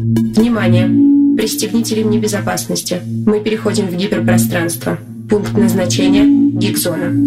Внимание! Пристегните ремни безопасности. Мы переходим в гиперпространство. Пункт назначения – Гиг-зона.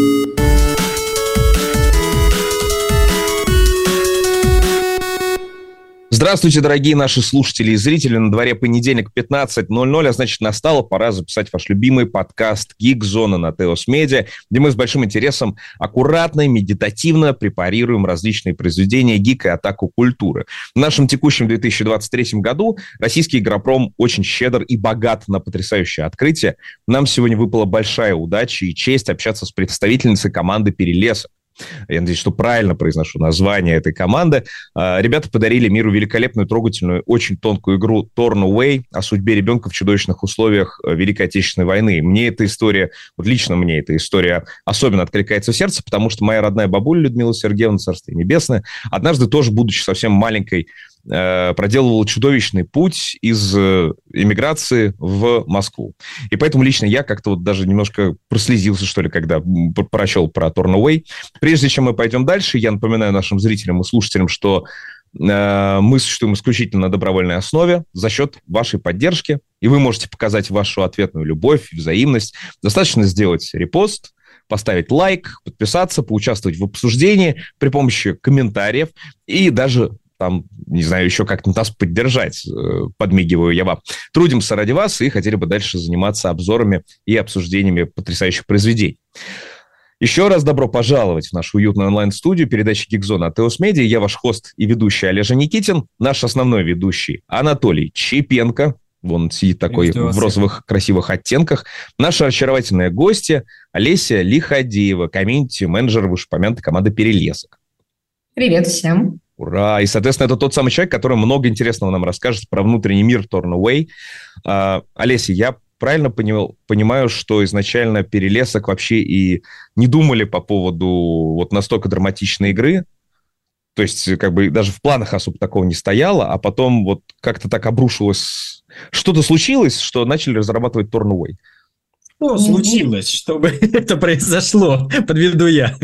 Здравствуйте, дорогие наши слушатели и зрители. На дворе понедельник 15:00, а значит, настала пора записать ваш любимый подкаст «Гиг-зона» на Теос Медиа, где мы с большим интересом аккуратно и медитативно препарируем различные произведения гик и атаку культуры. В нашем текущем 2023 году российский игропром очень щедр и богат на потрясающее открытие. Нам сегодня выпала большая удача и честь общаться с представительницей команды «Перелесок». Я надеюсь, что правильно произношу название этой команды. Ребята подарили миру великолепную, трогательную, очень тонкую игру Torn Away о судьбе ребенка в чудовищных условиях Великой Отечественной войны. Мне эта история, вот лично мне эта история особенно откликается в сердце, потому что моя родная бабуля Людмила Сергеевна, царствие небесное, однажды тоже, будучи совсем маленькой, проделывал чудовищный путь из эмиграции в Москву. И поэтому лично я как-то вот даже немножко прослезился, что ли, когда прочел про Torn Away. Прежде чем мы пойдем дальше, я напоминаю нашим зрителям и слушателям, что мы существуем исключительно на добровольной основе за счет вашей поддержки, и вы можете показать вашу ответную любовь, взаимность. Достаточно сделать репост, поставить лайк, подписаться, поучаствовать в обсуждении при помощи комментариев и даже там, не знаю, еще как-то нас поддержать, подмигиваю я вам. Трудимся ради вас и хотели бы дальше заниматься обзорами и обсуждениями потрясающих произведений. Еще раз добро пожаловать в нашу уютную онлайн-студию передачи «Гиг-зона» от Теос Медиа. Я ваш хост и ведущий Олежа Никитин, наш основной ведущий Анатолий Чепенко. Вон сидит такой в розовых красивых оттенках. Наши очаровательные гости Олеся Лиходеева, комьюнити-менеджер вышеупомянутой команды «Перелесок». Привет всем. Ура! И, соответственно, это тот самый человек, который много интересного нам расскажет про внутренний мир Torn Away. Олеся, я правильно понимаю, что изначально «Перелесок» вообще и не думали по поводу вот настолько драматичной игры? То есть, как бы даже в планах особо такого не стояло, а потом вот как-то так обрушилось... Что-то случилось, что начали разрабатывать Torn Away? Что случилось, чтобы это произошло? Подведу я.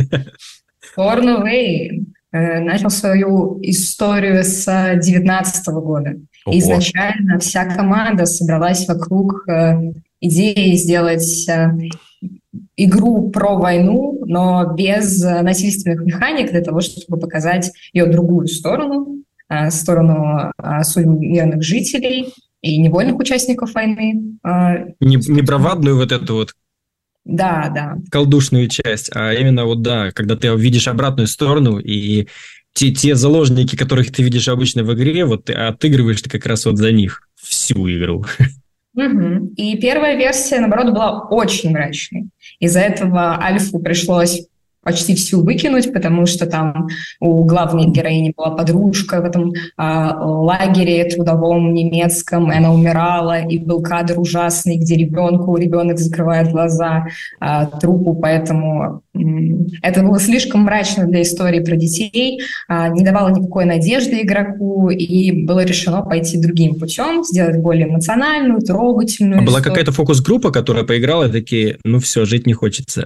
Torn Away начал свою историю с 2019 года. Ого. Изначально вся команда собралась вокруг идеи сделать игру про войну, но без насильственных механик, для того, чтобы показать ее другую сторону, сторону судьб мирных жителей и невольных участников войны. Не бравадную вот эту вот да. колдушную часть, а именно вот, да, когда ты видишь обратную сторону, и те заложники, которых ты видишь обычно в игре, вот ты отыгрываешь как раз вот за них всю игру. Угу. И первая версия, наоборот, была очень мрачной. Из-за этого Альфу пришлось почти всю выкинуть, потому что там у главной героини была подружка в этом лагере трудовом немецком, и она умирала, и был кадр ужасный, где ребенок закрывает глаза трупу, поэтому это было слишком мрачно для истории про детей, не давало никакой надежды игроку, и было решено пойти другим путем, сделать более эмоциональную, трогательную была историю. Какая-то фокус-группа, которая поиграла, такие, ну все, жить не хочется.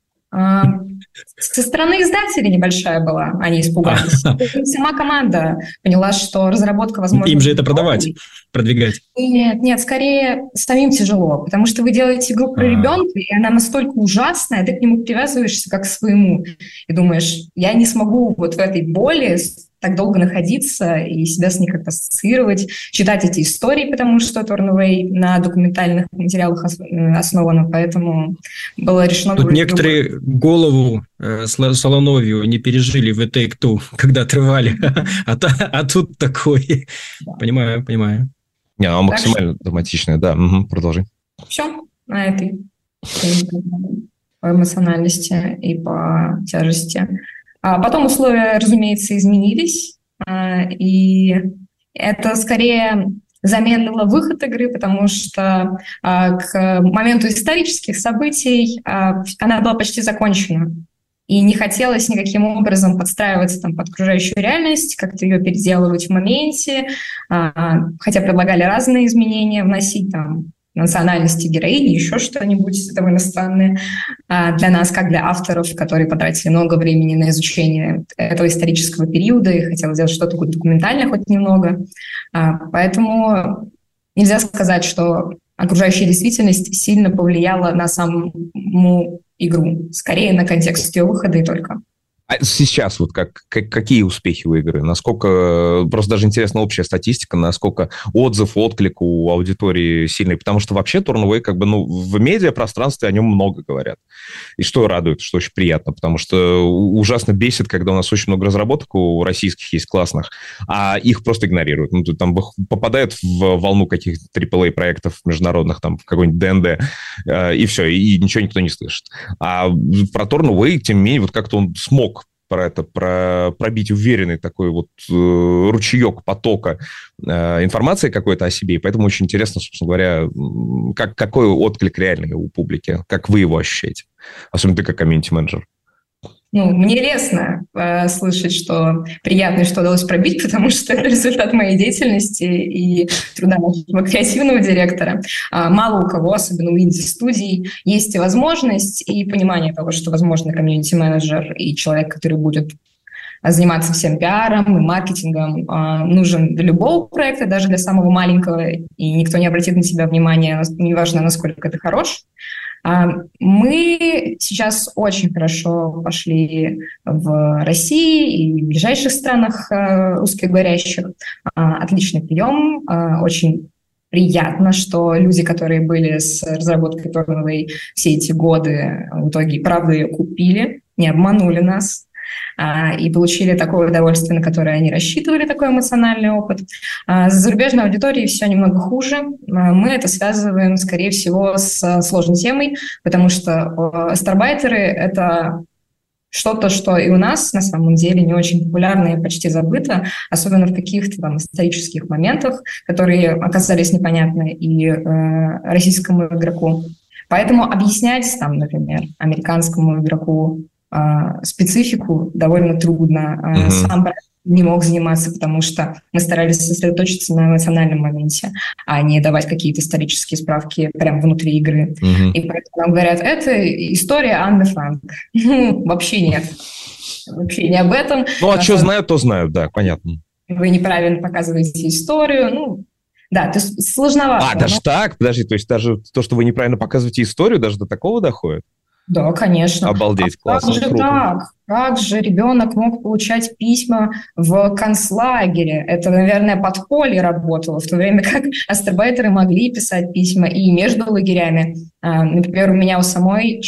Со стороны издателей небольшая была, они испугались. Сама команда поняла, что разработка возможно... Им же это продавать, продвигать. Нет, скорее самим тяжело, потому что вы делаете игру про ребенка, и она настолько ужасная, ты к нему привязываешься как к своему, и думаешь, я не смогу вот в этой боли так долго находиться и себя с ней как-то ассоциировать, читать эти истории, потому что Torn Away на документальных материалах основано, поэтому было решено... Тут некоторые голову Солоновью не пережили в Take-Two, когда отрывали, а тут такой... Да. Понимаю. Не, она максимально драматичная, да. Угу, продолжи. Все на этой по эмоциональности и по тяжести. Потом условия, разумеется, изменились, и это скорее замедлило выход игры, потому что к моменту исторических событий она была почти закончена, и не хотелось никаким образом подстраиваться там, под окружающую реальность, как-то ее переделывать в моменте, хотя предлагали разные изменения вносить, там, национальности героини, еще что-нибудь довольно странное для нас, как для авторов, которые потратили много времени на изучение этого исторического периода и хотели сделать что-то хоть документальное, хоть немного. Поэтому нельзя сказать, что окружающая действительность сильно повлияла на саму игру, скорее на контекст ее выхода и только. А сейчас вот какие успехи у игры? Насколько, просто даже интересна общая статистика, насколько отзыв, отклик у аудитории сильный? Потому что вообще Turn Away в медиапространстве о нем много говорят. И что радует, что очень приятно, потому что ужасно бесит, когда у нас очень много разработок у российских есть классных, а их просто игнорируют. Ну, там попадают в волну каких-то AAA-проектов международных, там, в какой-нибудь ДНД, и все, и ничего никто не слышит. А про Turn Away, тем не менее, вот как-то он смог пробить уверенный такой вот ручеек потока информации какой-то о себе. И поэтому очень интересно, собственно говоря, какой отклик реальный у публики, как вы его ощущаете, особенно ты как комьюнити-менеджер. Мне лестно слышать, что приятно, что удалось пробить, потому что это результат моей деятельности и труда нашего креативного директора. Мало у кого, особенно у инди-студий, есть и возможность, и понимание того, что, возможно, комьюнити-менеджер и человек, который будет заниматься всем пиаром и маркетингом, нужен для любого проекта, даже для самого маленького, и никто не обратит на тебя внимания, неважно, насколько ты хорош. Мы сейчас очень хорошо пошли в России и в ближайших странах русскоговорящих. Отличный прием, очень приятно, что люди, которые были с разработкой Turn Away все эти годы, в итоге правда ее купили, не обманули нас и получили такое удовольствие, на которое они рассчитывали, такой эмоциональный опыт. С зарубежной аудиторией все немного хуже. Мы это связываем, скорее всего, с сложной темой, потому что астарбайтеры — это что-то, что и у нас на самом деле не очень популярно и почти забыто, особенно в каких-то там исторических моментах, которые оказались непонятны и российскому игроку. Поэтому объяснять, там, например, американскому игроку специфику довольно трудно. Сам проект не мог заниматься, потому что мы старались сосредоточиться на эмоциональном моменте, а не давать какие-то исторические справки прямо внутри игры. И поэтому нам говорят, это история Анны Франк. Вообще нет. Вообще не об этом. А что знают, то знают, да, понятно. Вы неправильно показываете историю, да, то есть сложновато. Даже так? Подожди, то есть даже то, что вы неправильно показываете историю, даже до такого доходит? Да, конечно. Обалдеть, классно, как же круто. так? Как же ребенок мог получать письма в концлагере? Это, наверное, подполье работало, в то время как астарбайтеры могли писать письма и между лагерями. Например, у меня у самой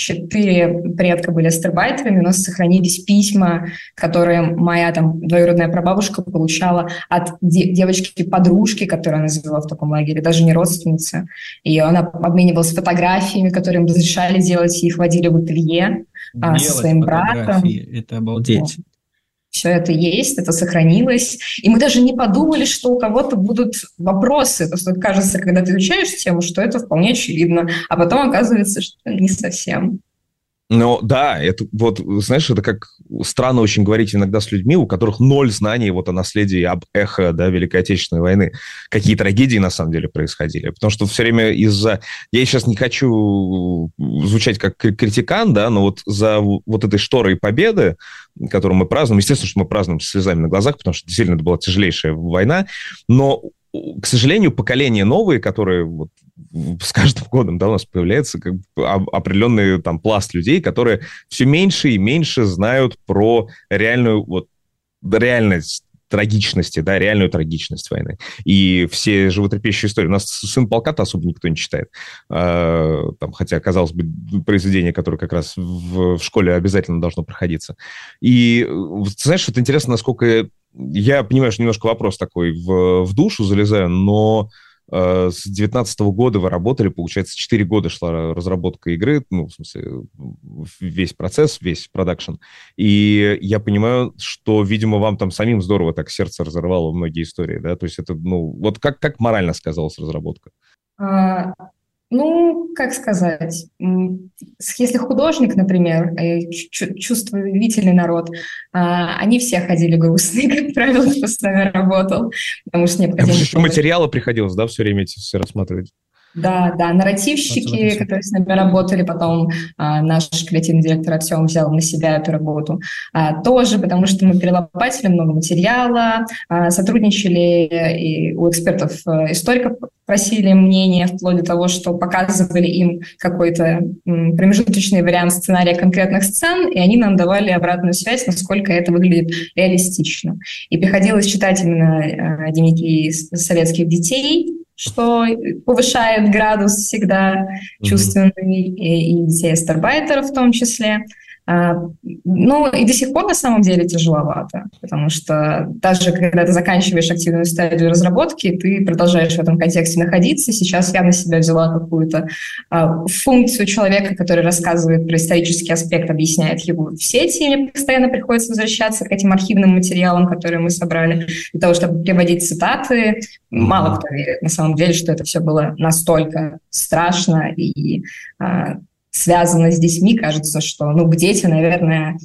4 предка были астарбайтерами, у нас сохранились письма, которые моя двоюродная прабабушка получала от девочки-подружки, которую она завела в таком лагере, даже не родственница. И она обменивалась фотографиями, которые им разрешали делать, и их водили в ателье со своим братом. Это обалдеть. Все это есть, это сохранилось. И мы даже не подумали, что у кого-то будут вопросы. Потому что кажется, когда ты изучаешь тему, что это вполне очевидно. А потом оказывается, что не совсем. Да, это вот, знаешь, это как странно очень говорить иногда с людьми, у которых 0 знаний о наследии, об эхо, Великой Отечественной войны. Какие трагедии на самом деле происходили. Потому что все время Я сейчас не хочу звучать как критикан, но вот за вот этой шторой победы, которую мы празднуем, естественно, что мы празднуем с слезами на глазах, потому что действительно это была тяжелейшая война, но, к сожалению, поколения новые, которые с каждым годом у нас появляется определенный пласт людей, которые все меньше и меньше знают про реальность трагичности, реальную трагичность войны. И все животрепещущие истории. У нас «Сын полка»-то особо никто не читает. Хотя, казалось бы, произведение, которое как раз в школе обязательно должно проходиться. И, знаешь, вот интересно, насколько... Я понимаю, что немножко вопрос такой в душу залезаю, но с 2019 года вы работали, получается, 4 года шла разработка игры, в смысле, весь процесс, весь продакшн. И я понимаю, что, видимо, вам там самим здорово так сердце разорвало многие истории, да? То есть это, вот как морально сказалась разработка? Как сказать, если художник, например, чувствительный народ, они все ходили грустные, как правило, кто с нами работал, потому что необходимо... Материалы приходилось, все время эти все рассматривать? Да, нарративщики, которые с нами работали, потом наш креативный директор Артем взял на себя эту работу тоже, потому что мы перелопатили много материала, сотрудничали и у экспертов-историков, просили мнения, вплоть до того, что показывали им какой-то промежуточный вариант сценария конкретных сцен, и они нам давали обратную связь, насколько это выглядит реалистично. И приходилось читать именно дневники советских детей, что повышает градус всегда чувственный, и детей астарбайтеров в том числе. Ну, и до сих пор, на самом деле, тяжеловато, потому что даже когда ты заканчиваешь активную стадию разработки, ты продолжаешь в этом контексте находиться. Сейчас я на себя взяла какую-то функцию человека, который рассказывает про исторический аспект, объясняет его в сети, и мне постоянно приходится возвращаться к этим архивным материалам, которые мы собрали, для того, чтобы приводить цитаты. Мало кто верит, на самом деле, что это все было настолько страшно и связано с детьми. Кажется, что к детям, наверное,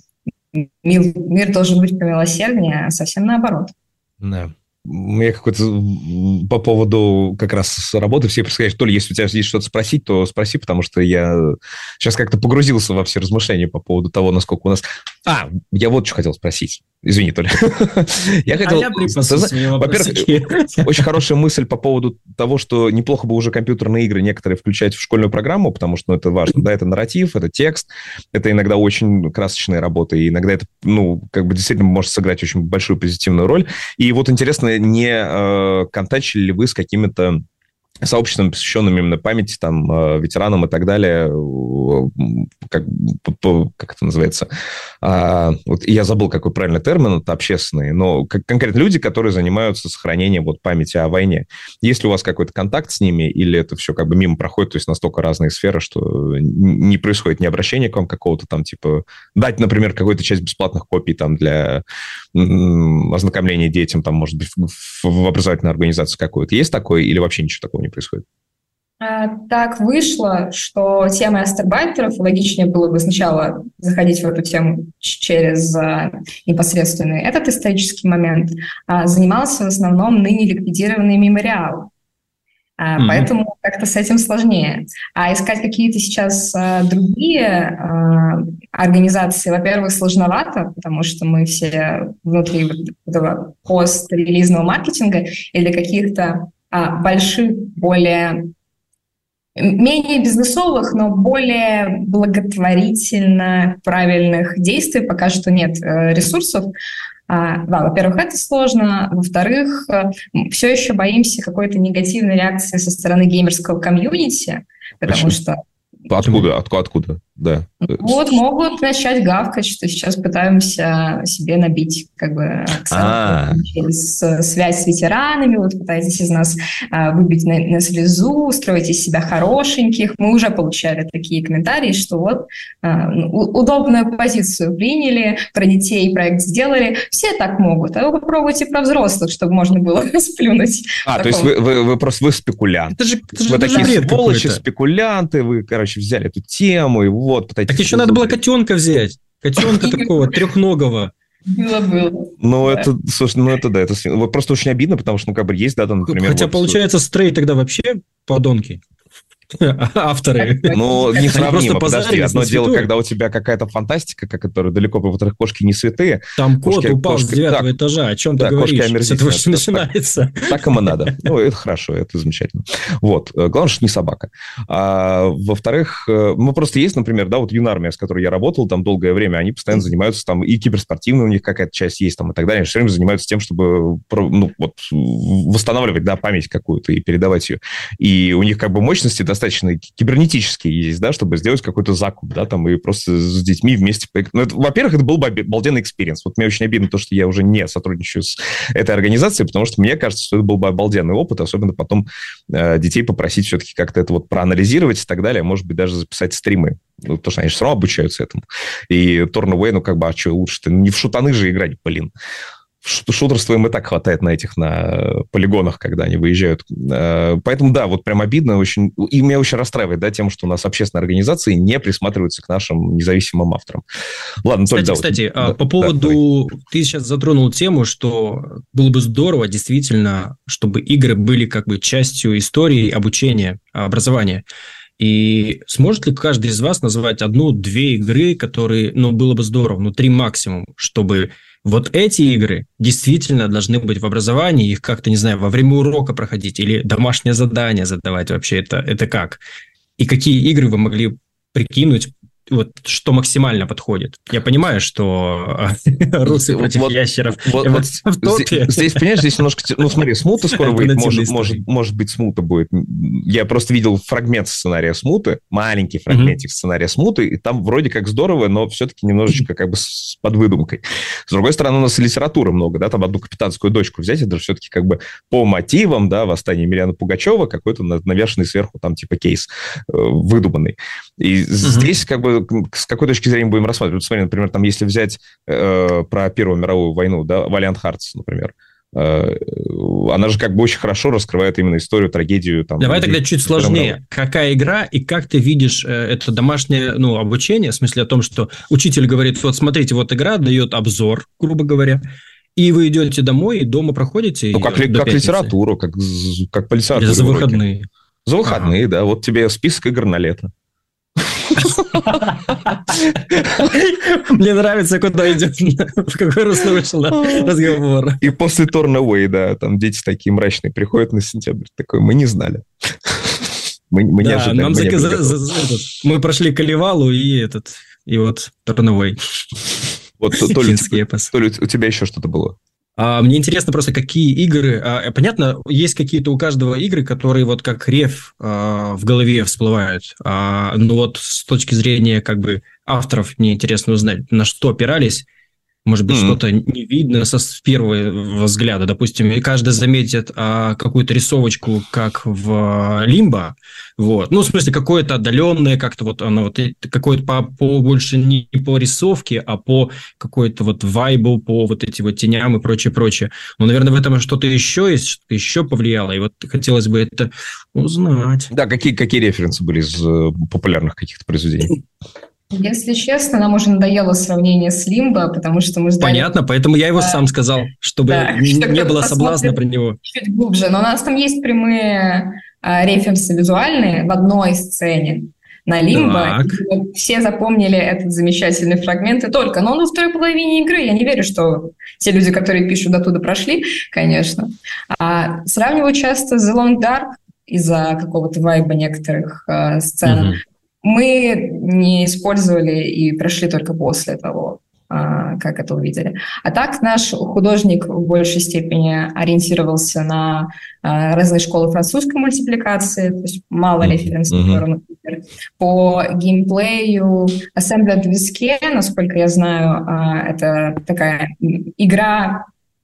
мир должен быть помилосерднее, а совсем наоборот. Да. У меня какой-то по поводу как раз работы все происходит. То ли если у тебя есть что-то спросить, то спроси, потому что я сейчас как-то погрузился во все размышления по поводу того, насколько у нас... Я вот что хотел спросить. Извини, Толя. Я хотел... Во-первых, очень хорошая мысль по поводу того, что неплохо бы уже компьютерные игры некоторые включать в школьную программу, потому что это важно. Да, это нарратив, это текст, это иногда очень красочные работы, и иногда это, действительно может сыграть очень большую позитивную роль. И вот интересно, не контачили ли вы с какими-то сообществами, посвященными именно памяти, ветеранам и так далее, как это называется? Вот я забыл, какой правильный термин, это общественный, но конкретно люди, которые занимаются сохранением памяти о войне. Есть ли у вас какой-то контакт с ними, или это все мимо проходит, то есть настолько разные сферы, что не происходит ни обращения к вам какого-то дать, например, какую-то часть бесплатных копий для ознакомления детям, может быть, в образовательную организацию какую-то. Есть такое, или вообще ничего такого не происходит? Так вышло, что темой астарбайтеров логичнее было бы сначала заходить в эту тему через непосредственный этот исторический момент, занимался в основном ныне ликвидированный мемориал. Поэтому как-то с этим сложнее. А искать какие-то сейчас другие организации, во-первых, сложновато, потому что мы все внутри этого пост-релизного маркетинга или каких-то больших, менее бизнесовых, но более благотворительно правильных действий пока что нет ресурсов. Во-первых, это сложно. Во-вторых, все еще боимся какой-то негативной реакции со стороны геймерского комьюнити, потому что... Откуда? Да. Вот могут начать гавкать, что сейчас пытаемся себе набить через связь с ветеранами, пытаетесь из нас выбить на слезу, строить из себя хорошеньких. Мы уже получали такие комментарии, что удобную позицию приняли, про детей проект сделали. Все так могут, а вы попробуйте про взрослых, чтобы можно было сплюнуть. То есть вы спекулянт. Вы такие сволочи, спекулянты, вы, взяли эту тему, и пытаетесь... Так еще надо было котенка взять. Котенка такого, трехногого. Было. Это просто очень обидно, потому что, есть, например... Хотя, получается, Стрей тогда вообще подонки. Авторы. Не сравнимо, подожди. Одно дело, когда у тебя какая-то фантастика, которая далеко, во-вторых, кошки не святые. Там кот упал с 9-го этажа. О чем ты говоришь? С этого все начинается. Так им и надо. Это хорошо, это замечательно. Главное, что не собака. Во-вторых, просто есть, например, юнармия, с которой я работал там долгое время, они постоянно занимаются и киберспортивной у них какая-то часть есть и так далее. Они все время занимаются тем, чтобы восстанавливать память какую-то и передавать ее. И у них мощности достаточно кибернетические есть, чтобы сделать какой-то закуп, и просто с детьми вместе... Во-первых, это был бы обалденный экспириенс. Мне очень обидно то, что я уже не сотрудничаю с этой организацией, потому что мне кажется, что это был бы обалденный опыт, особенно потом детей попросить все-таки как-то это проанализировать и так далее, может быть, даже записать стримы. Потому что они же все равно обучаются этому. И Turn Away, а что лучше-то? Не в шутаны же играть, блин. Шутерства им и так хватает на полигонах, когда они выезжают. Поэтому, да, вот прям обидно очень. И меня очень расстраивает, да, тем, что у нас общественные организации не присматриваются к нашим независимым авторам. Ладно, Кстати, по поводу... Ты сейчас затронул тему, что было бы здорово, действительно, чтобы игры были как бы частью истории, обучения, образования. И сможет ли каждый из вас назвать 1-2 игры, которые, было бы здорово, 3 максимум, чтобы вот эти игры действительно должны быть в образовании, их как-то, не знаю, во время урока проходить или домашнее задание задавать вообще, это как? И какие игры вы могли прикинуть, вот что максимально подходит? Я понимаю, что русы против ящеров в топе. Здесь, понимаешь, здесь немножко... смотри, смута скоро выйдет, может быть, смута будет. Я просто видел фрагмент сценария смуты, маленький фрагментик сценария смуты, и там вроде как здорово, но все-таки немножечко как бы с подвыдумкой. С другой стороны, у нас и литературы много, да, там одну капитанскую дочку взять, это же все-таки как бы по мотивам, да, восстание Емельяна Пугачева, какой-то навешенный сверху там типа кейс выдуманный. И здесь как бы с какой точки зрения будем рассматривать? Смотри, например, там, если взять про Первую мировую войну, да, Valiant Hearts, например, она же как бы очень хорошо раскрывает именно историю, трагедию. Там, давай тогда чуть сложнее. Какая игра и как ты видишь это домашнее обучение, в смысле о том, что учитель говорит, вот смотрите, вот игра дает обзор, грубо говоря, и вы идете домой и дома проходите. Как литературу, как по литературе. Или за выходные. За выходные, да. Вот тебе список игр на лето. Мне нравится, куда идет, в какой русло вышел разговор. И после Turn Away, да, там дети такие мрачные приходят на сентябрь, такой, мы не знали. Мы не ожидали. Мы прошли Калевалу и вот Turn Away. Вот, Толя, у тебя еще что-то было? Мне интересно просто, какие игры... Понятно, есть какие-то у каждого игры, которые вот как реф в голове всплывают. Но вот с точки зрения как бы авторов мне интересно узнать, на что опирались. Может быть, что-то не видно с первого взгляда. Допустим, каждый заметит какую-то рисовочку, как в Limbo. Вот. В смысле, какое-то отдаленное, как-то вот оно вот какое-то больше не по рисовке, а по какой-то вот вайбу, по вот этим вот теням и прочее. Но, наверное, в этом что-то еще есть, что-то еще повлияло. И вот хотелось бы это узнать. Да, какие референсы были из популярных каких-то произведений? Если честно, нам уже надоело сравнение с Limbo, потому что мы ждали... Понятно, поэтому я его сам сказал, чтобы не было соблазна про него. Чуть глубже, но у нас там есть прямые референсы визуальные в одной сцене на Limbo. Все запомнили этот замечательный фрагмент и только. Но он во второй половине игры. Я не верю, что те люди, которые пишут, оттуда прошли, конечно. Сравниваю часто The Long Dark из-за какого-то вайба некоторых сцен. Мы не использовали и прошли только после того, как это увидели. А так наш художник в большей степени ориентировался на разные школы французской мультипликации, то есть мало референсов в сторону. По геймплею Assembly в виске, насколько я знаю, это такая игра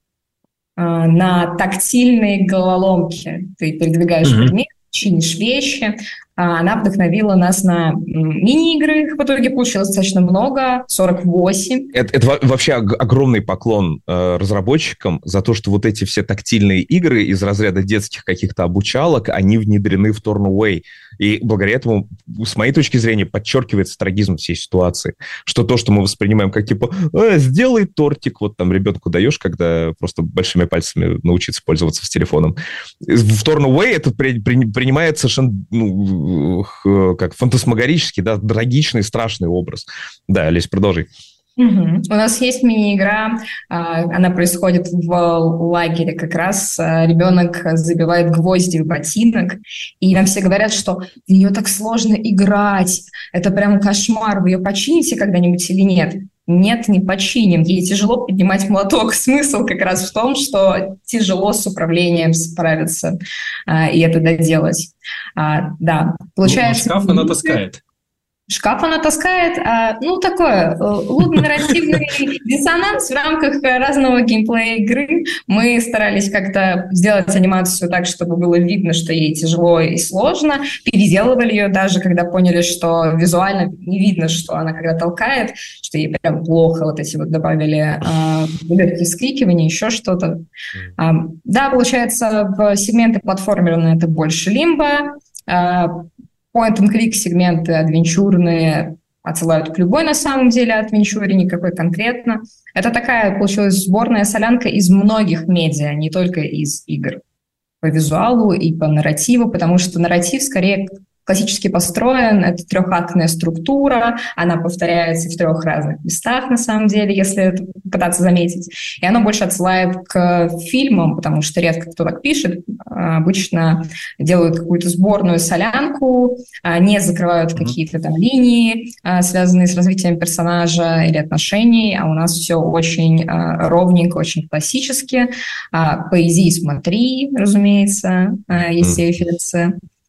на тактильной головоломке. Ты передвигаешь предметы, чинишь вещи. Она вдохновила нас на мини-игры. Их в итоге получилось достаточно много, 48. Это вообще огромный поклон разработчикам за то, что вот эти все тактильные игры из разряда детских каких-то обучалок, они внедрены в Turn Away. И благодаря этому, с моей точки зрения, подчеркивается трагизм всей ситуации. Что то, что мы воспринимаем как типа «сделай тортик», вот там ребенку даешь, когда просто большими пальцами научиться пользоваться с телефоном. В Turn Away это принимает совершенно как фантасмагорический, да, трагичный, страшный образ. Да, Олесь, продолжи. У нас есть мини-игра, она происходит в лагере как раз. Ребенок забивает гвозди в ботинок, и нам все говорят, что в нее так сложно играть, это прям кошмар, вы ее почините когда-нибудь или нет? Нет, не починим. Ей тяжело поднимать молоток. Смысл как раз в том, что тяжело с управлением справиться и это доделать. Да, получается... Шкаф она таскает. Шкаф она таскает, такой лудо-нарративный диссонанс в рамках разного геймплея игры. Мы старались как-то сделать анимацию так, чтобы было видно, что ей тяжело и сложно. Переделывали ее даже, когда поняли, что визуально не видно, что она когда толкает, что ей прям плохо. Вот эти вот добавили вскрикивания, еще что-то. Да, получается, в сегменты платформерные это больше лимбо. Point-and-click сегменты адвенчурные отсылают к любой, на самом деле, адвенчуре, никакой конкретно. Это такая получилась сборная солянка из многих медиа, не только из игр. По визуалу и по нарративу, потому что нарратив скорее классически построен, это трехактная структура, она повторяется в 3 разных местах, на самом деле, если это пытаться заметить. И оно больше отсылает к фильмам, потому что редко кто так пишет. Обычно делают какую-то сборную солянку, не закрывают какие-то там линии, связанные с развитием персонажа или отношений, а у нас все очень ровненько, очень классически. Поэзии смотри, разумеется, есть референсы.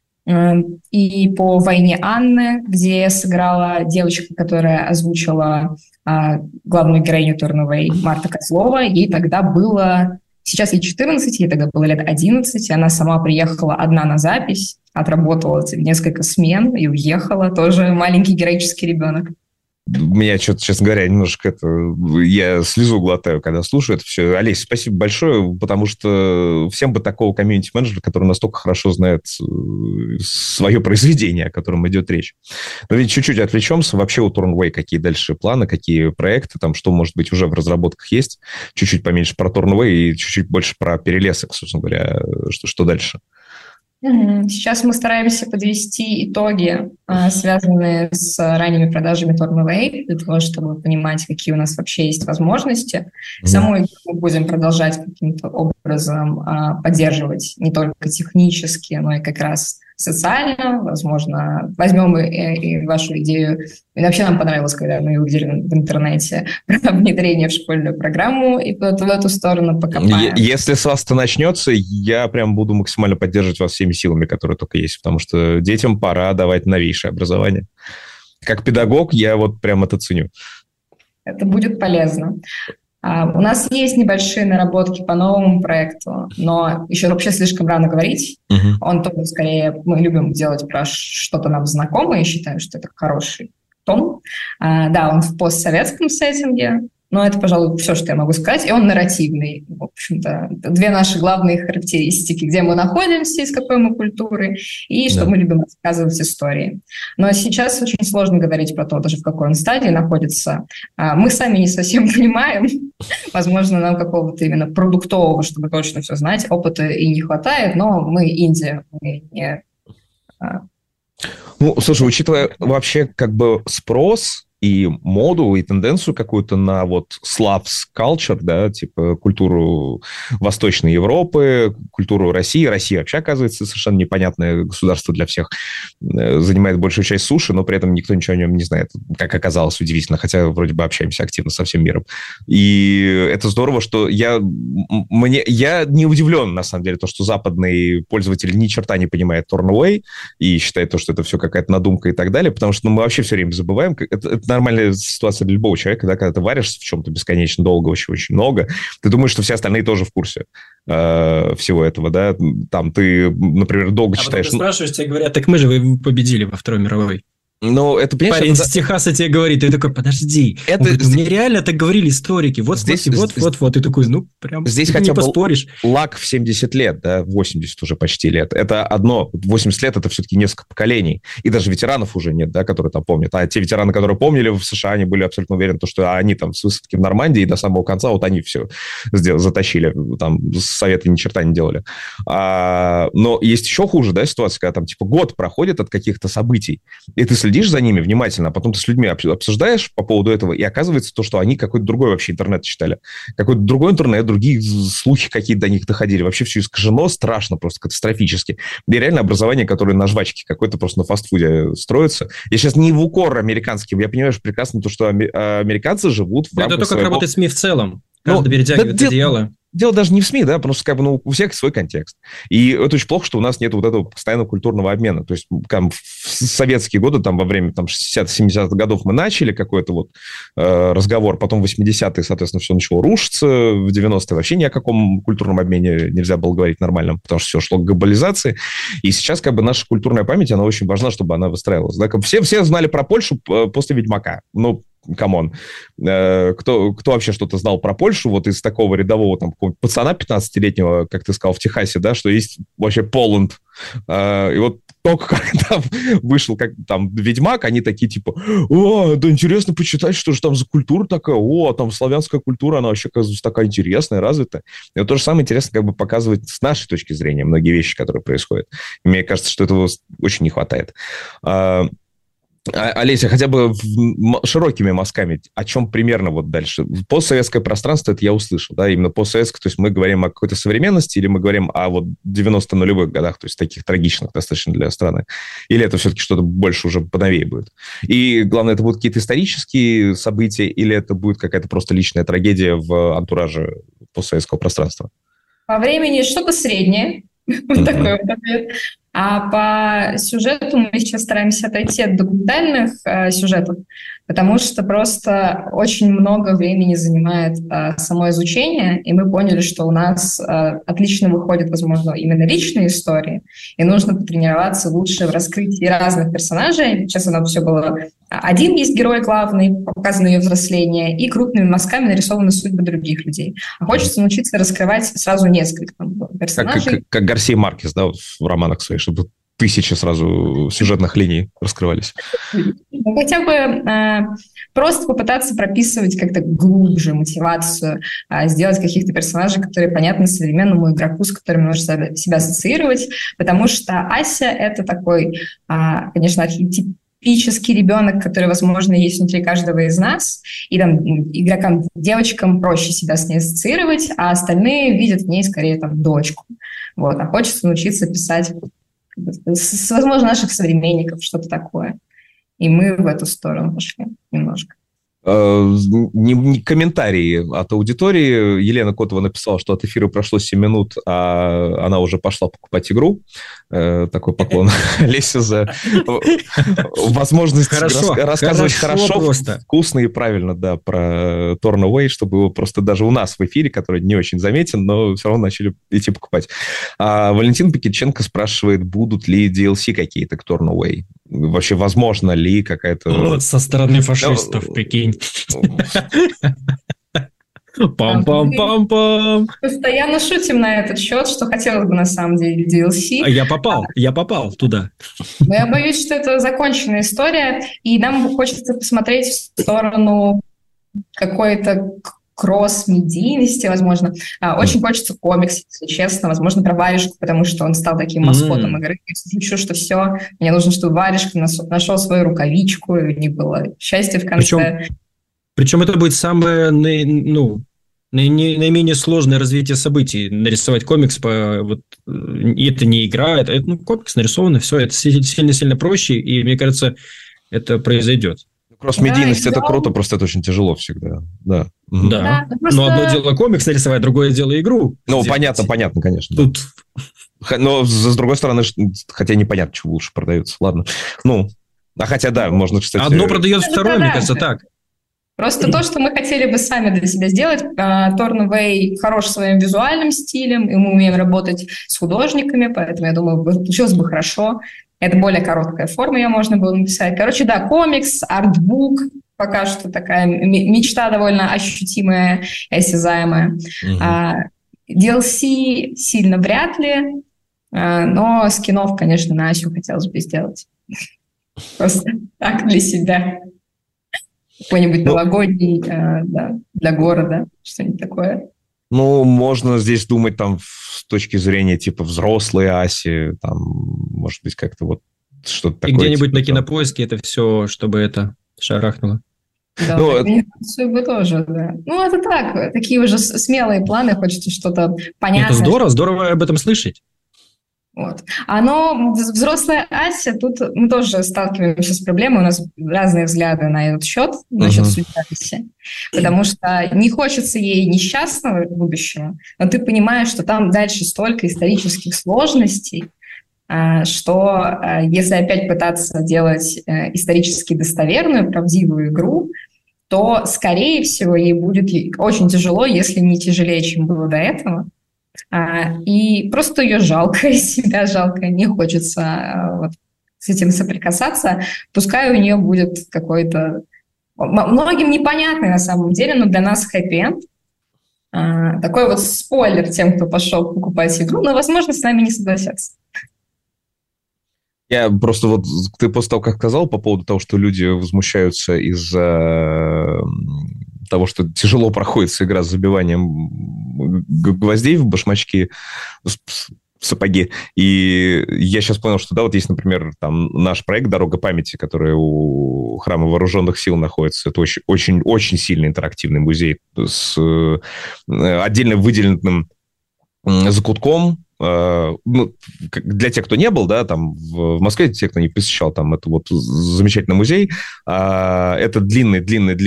И по «Войне Анны», где сыграла девочка, которая озвучила главную героиню Торновей, Марта Козлова, ей тогда было... Сейчас ей 14, ей тогда было лет 11, и она сама приехала одна на запись, отработала несколько смен и уехала. Тоже маленький героический ребенок. Меня что-то, честно говоря, немножко я слезу глотаю, когда слушаю это все. Олесь, спасибо большое, потому что всем бы такого комьюнити-менеджера, который настолько хорошо знает свое произведение, о котором идет речь. Но ведь чуть-чуть отвлечемся. Вообще у Turnway какие дальше планы, какие проекты, там что, может быть, уже в разработках есть? Чуть-чуть поменьше про Turnway и чуть-чуть больше про Перелесок, собственно говоря. Что дальше? Сейчас мы стараемся подвести итоги, связанные с ранними продажами Turnway, для того, чтобы понимать, какие у нас вообще есть возможности. Саму игру мы будем продолжать каким-то образом поддерживать не только технически, но и как раз социально. Возможно, возьмем и вашу идею. И вообще нам понравилось, когда мы увидели в интернете про внедрение в школьную программу, и в эту сторону покопаем. Если с вас-то начнется, я прям буду максимально поддерживать вас всеми силами, которые только есть, потому что детям пора давать новейшее образование. Как педагог я вот прям это ценю. Это будет полезно. У нас есть небольшие наработки по новому проекту, но еще вообще слишком рано говорить. Он тоже скорее, мы любим делать про что-то нам знакомое, и считаю, что это хороший тон. Да, он в постсоветском сеттинге, но это, пожалуй, все, что я могу сказать. И он нарративный. В общем-то, 2 наши главные характеристики, где мы находимся, из какой мы культуры, и что мы любим рассказывать истории. Но сейчас очень сложно говорить про то, даже в какой он стадии находится. Мы сами не совсем понимаем. Возможно, нам какого-то именно продуктового, чтобы точно все знать, опыта и не хватает, но мы Индия, мы не... Ну, слушай, учитывая вообще как бы спрос и моду, и тенденцию какую-то на вот Slavs culture, да, типа культуру Восточной Европы, культуру России. Россия вообще, оказывается, совершенно непонятное государство для всех. Занимает большую часть суши, но при этом никто ничего о нем не знает. Как оказалось, удивительно, хотя вроде бы общаемся активно со всем миром. И это здорово, что я не удивлен, на самом деле, то, что западный пользователь ни черта не понимает Turnway и считает то, что это все какая-то надумка и так далее, потому что мы вообще все время забываем, это нормальная ситуация для любого человека, да, когда ты варишься в чем-то бесконечно долго, очень много, ты думаешь, что все остальные тоже в курсе всего этого, да, там ты, например, долго читаешь... Потом ты спрашиваешь, тебе говорят, так мы же вы победили во Второй мировой. Ну, это, понимаешь, парень из Техаса тебе говорит, ты такой, подожди, мне реально так говорили историки, вот, и такой, ну, прям, здесь хотя бы поспоришь. Лак в 70 лет, да, 80 уже почти лет, это одно, 80 лет, это все-таки несколько поколений, и даже ветеранов уже нет, да, которые там помнят, а те ветераны, которые помнили в США, они были абсолютно уверены, что они там с высадки в Нормандии до самого конца, вот они все затащили, там, Советы ни черта не делали. Но есть еще хуже, да, ситуация, когда там, типа, год проходит от каких-то событий, и ты следишь за ними внимательно, а потом ты с людьми обсуждаешь по поводу этого, и оказывается то, что они какой-то другой вообще интернет читали. Какой-то другой интернет, другие слухи какие-то до них доходили. Вообще все искажено, страшно, просто катастрофически. И реально образование, которое на жвачке какой-то просто на фастфуде строится. Я сейчас не в укор американским, я понимаю прекрасно то, что американцы живут в рамках это то, как работает СМИ в целом. Каждый перетягивает одеяло. дело даже не в СМИ, да, просто как бы, ну, у всех свой контекст. И это очень плохо, что у нас нет вот этого постоянного культурного обмена. То есть там, в советские годы, там, во время там, 60-70-х годов мы начали какой-то вот разговор, потом в 80-е, соответственно, все начало рушиться, в 90-е вообще ни о каком культурном обмене нельзя было говорить нормальном, потому что все шло к глобализации. И сейчас как бы наша культурная память, она очень важна, чтобы она выстраивалась. Да? Все знали про Польшу после «Ведьмака». Ну, камон. Кто вообще что-то знал про Польшу, вот из такого рядового там пацана 15-летнего, как ты сказал, в Техасе, да, что есть вообще Поланд. И вот только как там вышел как там «Ведьмак», они такие типа, о, да интересно почитать, что же там за культура такая, о, там славянская культура, она вообще, оказывается, такая интересная, развитая. И вот то же самое интересно как бы показывать с нашей точки зрения многие вещи, которые происходят. И мне кажется, что этого очень не хватает. Олеся, хотя бы широкими мазками, о чем примерно вот дальше? Постсоветское пространство, это я услышал, да, именно постсоветское, то есть мы говорим о какой-то современности или мы говорим о вот 90-нулевых годах, то есть таких трагичных достаточно для страны? Или это все-таки что-то больше уже поновее будет? И главное, это будут какие-то исторические события или это будет какая-то просто личная трагедия в антураже постсоветского пространства? По времени что-то среднее, вот такой вот ответ. А по сюжету мы сейчас стараемся отойти от документальных сюжетов, потому что просто очень много времени занимает само изучение, и мы поняли, что у нас отлично выходят, возможно, именно личные истории, и нужно потренироваться лучше в раскрытии разных персонажей. Сейчас у нас все было... Один есть герой главный, показано ее взросление, и крупными мазками нарисованы судьбы других людей. А хочется научиться раскрывать сразу несколько персонажей. Как Гарсия Маркес, да, вот в романах своих, чтобы тысячи сразу сюжетных линий раскрывались. Ну, хотя бы просто попытаться прописывать как-то глубже мотивацию, сделать каких-то персонажей, которые понятны современному игроку, с которым можно себя ассоциировать, потому что Ася — это такой, конечно, архетипический ребенок, который, возможно, есть внутри каждого из нас, и там игрокам, девочкам проще себя с ней ассоциировать, а остальные видят в ней скорее там дочку. Вот. А хочется научиться писать возможно, наших современников, что-то такое. И мы в эту сторону пошли немножко. Комментарии от аудитории. Елена Котова написала, что от эфира прошло 7 минут, а она уже пошла покупать игру. Такой поклон Лесе за возможность рассказывать хорошо, вкусно и правильно, да, про Torn Away, чтобы его просто даже у нас в эфире, который не очень заметен, но все равно начали идти покупать. Валентин Пакиченко спрашивает, будут ли DLC какие-то к Torn Away? Вообще, возможно ли какая-то... Со стороны фашистов, прикинь. Пам-пам-пам-пам. Постоянно шутим на этот счет, что хотелось бы на самом деле DLC. Я попал туда. Но я боюсь, что это законченная история, и нам хочется посмотреть в сторону какой-то кросс-медийности, возможно. Очень хочется комикс, если честно, возможно, про Варежку, потому что он стал таким маскотом игры. Я слышу, что все, мне нужно, чтобы Варежка нашел свою рукавичку, и у них было счастье в конце. Причем это будет самое, наименее сложное развитие событий. Нарисовать комикс, это не игра, это комикс нарисованный, все, это сильно-сильно проще, и мне кажется, это произойдет. Кросс-медийность это круто, просто это очень тяжело всегда. Да. Да. Просто... Но одно дело комикс нарисовать, другое дело игру. Ну, понятно, конечно. Тут... Но, с другой стороны, хотя непонятно, что лучше продается. Ладно. Хотя, да, можно, кстати... Одно продает второе, мне кажется, так. Просто то, что мы хотели бы сами для себя сделать. Torn Away хорош своим визуальным стилем, и мы умеем работать с художниками, поэтому, я думаю, получилось бы хорошо. Это более короткая форма, ее можно было написать. Короче, да, комикс, артбук, пока что такая мечта довольно ощутимая и осязаемая. DLC сильно вряд ли, но скинов, конечно, на Асю хотелось бы сделать. Просто так для себя. Какой-нибудь новогодний, для города, что-нибудь такое. Можно здесь думать там с точки зрения типа взрослой Аси, там, может быть, как-то вот что-то такое. И где-нибудь типа, на Кинопоиске это все, чтобы это шарахнуло. Да, анимацию бы тоже, да. Это так, такие уже смелые планы, хочется что-то понятное. Это здорово об этом слышать. Вот. Но взрослая Ася, тут мы тоже сталкиваемся с проблемой, у нас разные взгляды на этот счет, насчет судьбы Аси, потому что не хочется ей несчастного будущего, но ты понимаешь, что там дальше столько исторических сложностей, что если опять пытаться делать исторически достоверную, правдивую игру, то, скорее всего, ей будет очень тяжело, если не тяжелее, чем было до этого. И просто ее жалко, себя жалко, не хочется вот с этим соприкасаться. Пускай у нее будет какой-то... Многим непонятный на самом деле, но для нас хэппи-энд. Такой вот спойлер тем, кто пошел покупать игру, но, возможно, с нами не согласятся. Я просто вот, ты после того, как сказал по поводу того, что люди возмущаются из-за того, что тяжело проходится игра с забиванием гвоздей в башмачки, в сапоги. И я сейчас понял, что, да, вот есть, например, там наш проект «Дорога памяти», который у Храма Вооруженных Сил находится. Это очень сильный интерактивный музей с отдельно выделенным закутком. Ну, для тех, кто не был, да, там в Москве, те, кто не посещал, там это вот замечательный музей. Это длинный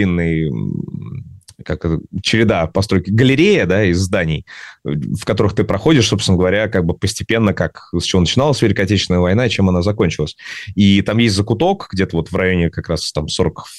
как череда постройки, галерея, да, из зданий, в которых ты проходишь, собственно говоря, как бы постепенно, как с чего начиналась Великая Отечественная война и чем она закончилась. И там есть закуток, где-то вот в районе как раз там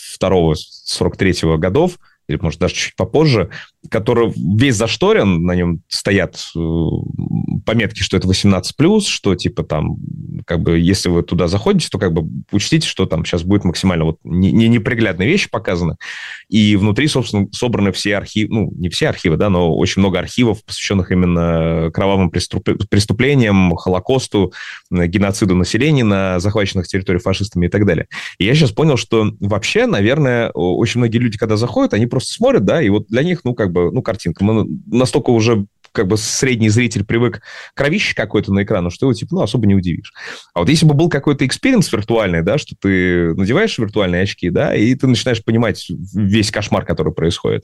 42-43 годов, или, может, даже чуть попозже, который весь зашторен, на нем стоят пометки, что это 18+, что, типа, там, как бы, если вы туда заходите, то, как бы, учтите, что там сейчас будет максимально вот неприглядные вещи показаны. И внутри, собственно, собраны все архивы, ну, не все архивы, да, но очень много архивов, посвященных именно кровавым преступлениям, Холокосту, геноциду населения на захваченных территориях фашистами и так далее. И я сейчас понял, что вообще, наверное, очень многие люди, когда заходят, они просто смотрят, да, и вот для них, ну, как бы, ну, картинка. Мы настолько уже, как бы, средний зритель привык к кровище какой-то на экрану, что его, типа, ну, особо не удивишь. А вот если бы был какой-то экспириенс виртуальный, да, что ты надеваешь виртуальные очки, да, и ты начинаешь понимать весь кошмар, который происходит,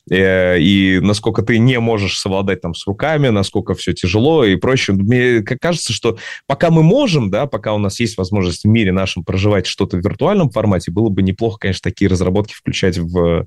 и насколько ты не можешь совладать там с руками, насколько все тяжело и прочее. Мне кажется, что пока мы можем, да, пока у нас есть возможность в мире нашем проживать что-то в виртуальном формате, было бы неплохо, конечно, такие разработки включать в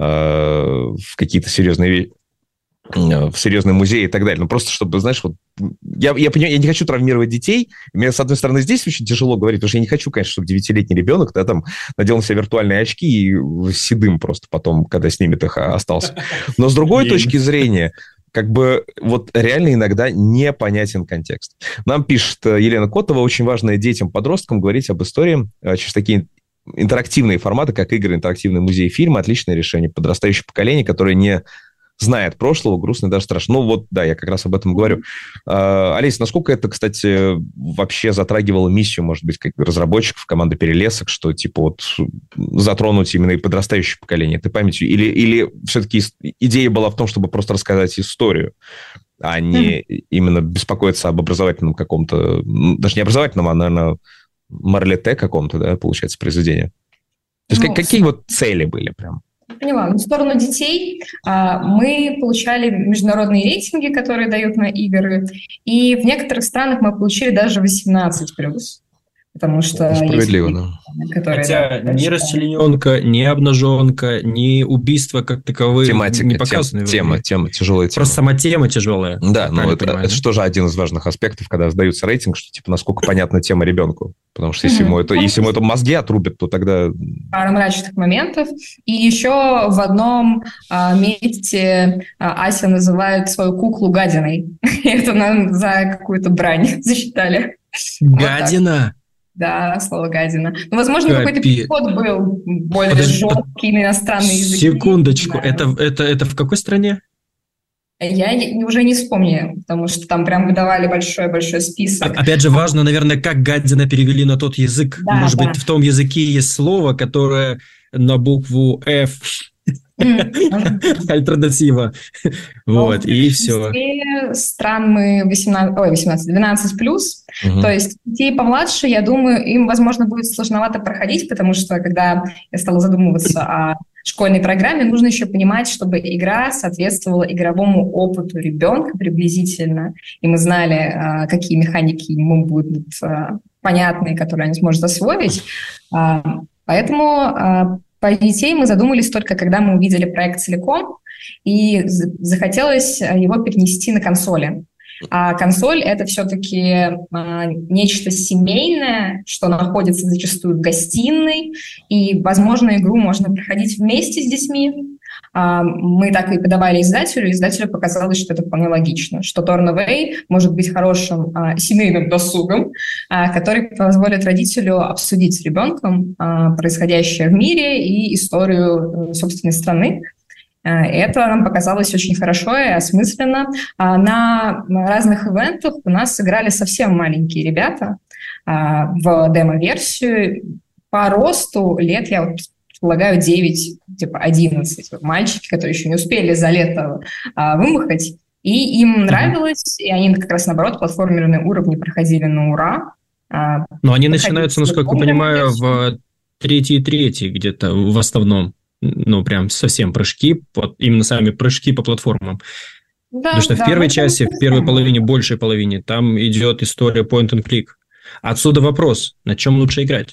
какие-то серьезные вещи, в серьезные музеи и так далее. Ну, просто чтобы, знаешь, вот... Я понимаю, я не хочу травмировать детей. Мне, с одной стороны, здесь очень тяжело говорить, потому что я не хочу, конечно, чтобы 9-летний ребенок, да, там, надел на себя виртуальные очки и седым просто потом, когда снимет их, остался. Но с другой точки зрения, как бы вот реально иногда непонятен контекст. Нам пишет Елена Котова, очень важно детям, подросткам говорить об истории через такие интерактивные форматы, как игры, интерактивный музей, фильмы, отличное решение. Подрастающее поколение, которое не знает прошлого, грустно и даже страшно. Ну вот, да, я как раз об этом говорю. Олесь, насколько это, кстати, вообще затрагивало миссию, может быть, как разработчиков, команды «Перелесок», что, типа, вот затронуть именно и подрастающее поколение? Ты памятью? Или все-таки идея была в том, чтобы просто рассказать историю, а не именно беспокоиться об образовательном каком-то, даже не образовательном, а, наверное, марлете каком-то, да, получается, произведение? То есть какие вот цели были прям? Поняла. В сторону детей мы получали международные рейтинги, которые дают на игры, и в некоторых странах мы получили даже 18+. Потому что справедливо, да. Хотя ни расчлененка, ни обнаженка, ни убийства как таковые тематика, не показаны. Тема, тяжелая тема. Просто сама тема тяжелая. Да, но это же тоже один из важных аспектов, когда сдаются рейтинг, что типа насколько понятна тема ребенку. Потому что если ему это мозги отрубят, то тогда... Пара мрачных моментов. И еще в одном месте Ася называет свою куклу гадиной. Это нам за какую-то брань засчитали. Гадина? Да, слово «гадина». Ну, возможно, какой-то переход был более жесткий на иностранный язык. Секундочку, это в какой стране? Я уже не вспомню, потому что там прям выдавали большой-большой список. Опять же, важно, наверное, как «гадина» перевели на тот язык. Да, может быть, в том языке есть слово, которое на букву «F». Альтернатива. Вот, и все. В стран мы 12+. То есть детей помладше, я думаю, им, возможно, будет сложновато проходить, потому что, когда я стала задумываться о школьной программе, нужно еще понимать, чтобы игра соответствовала игровому опыту ребенка приблизительно, и мы знали, какие механики ему будут понятны, которые они сможет освоить. Поэтому по детей мы задумались только, когда мы увидели проект целиком, и захотелось его перенести на консоли. А консоль — это все-таки нечто семейное, что находится зачастую в гостиной, и, возможно, игру можно проходить вместе с детьми. Мы так и подавали издателю, и издателю показалось, что это вполне логично, что Tornaway может быть хорошим семейным досугом, который позволит родителю обсудить с ребенком происходящее в мире и историю собственной страны. Это нам показалось очень хорошо и осмысленно. На разных ивентах у нас сыграли совсем маленькие ребята в демо-версию. По росту лет, я предполагаю, 9, типа 11. Мальчики, которые еще не успели за лето вымахать. И им нравилось, и они как раз, наоборот, платформерные уровни проходили на ура. Но они начинаются, насколько я понимаю, в 3-3 где-то в основном. Ну, прям совсем прыжки, именно сами прыжки по платформам. Да, потому что в первой части, в первой половине, большей половине, там идет история point and click. Отсюда вопрос, на чем лучше играть?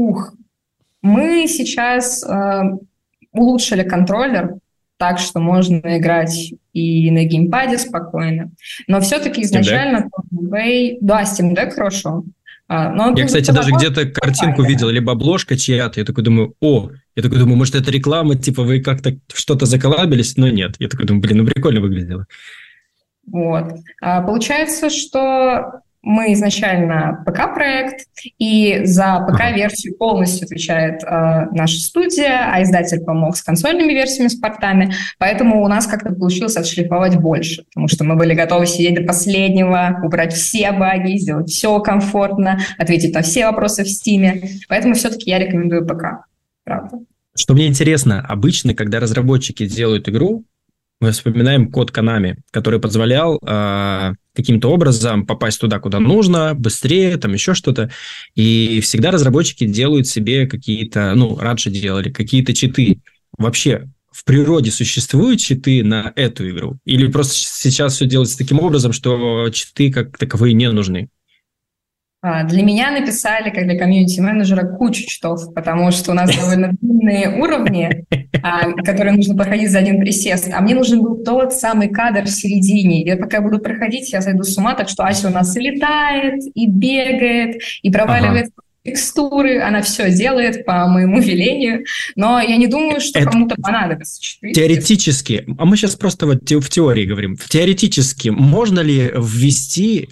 Мы сейчас улучшили контроллер, так что можно играть и на геймпаде спокойно. Но все-таки изначально Steam Deck хорошо. Я, кстати, даже где-то картинку видел, либо обложка чья-то, я такой думаю, может, это реклама, типа вы как-то что-то заколабились, но нет. Я такой думаю, ну прикольно выглядело. Вот. Получается, что мы изначально ПК-проект, и за ПК-версию полностью отвечает наша студия, а издатель помог с консольными версиями, с портами, поэтому у нас как-то получилось отшлифовать больше, потому что мы были готовы сидеть до последнего, убрать все баги, сделать все комфортно, ответить на все вопросы в Steam, поэтому все-таки я рекомендую ПК, правда. Что мне интересно, обычно, когда разработчики делают игру, мы вспоминаем код Konami, который позволял каким-то образом попасть туда, куда нужно, быстрее, там еще что-то. И всегда разработчики делают себе какие-то, раньше делали, какие-то читы. Вообще, в природе существуют читы на эту игру? Или просто сейчас все делается таким образом, что читы как таковые не нужны? Для меня написали, как для комьюнити-менеджера, кучу читов, потому что у нас довольно длинные уровни, которые нужно проходить за один присест, а мне нужен был тот самый кадр в середине. И пока я буду проходить, я сойду с ума, так что Ася у нас и летает, и бегает, и проваливает текстуры, она все делает по моему велению, но я не думаю, что кому-то понадобится читы. Теоретически, а мы сейчас просто вот в теории говорим, теоретически можно ли ввести...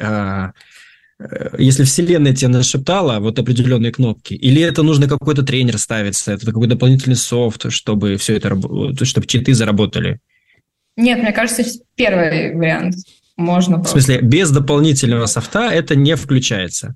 если вселенная тебе нашептала вот определенные кнопки, или это нужно какой-то тренер ставиться, это какой-то дополнительный софт, чтобы все это чтобы читы заработали? Нет, мне кажется, первый вариант можно. В смысле, без дополнительного софта это не включается?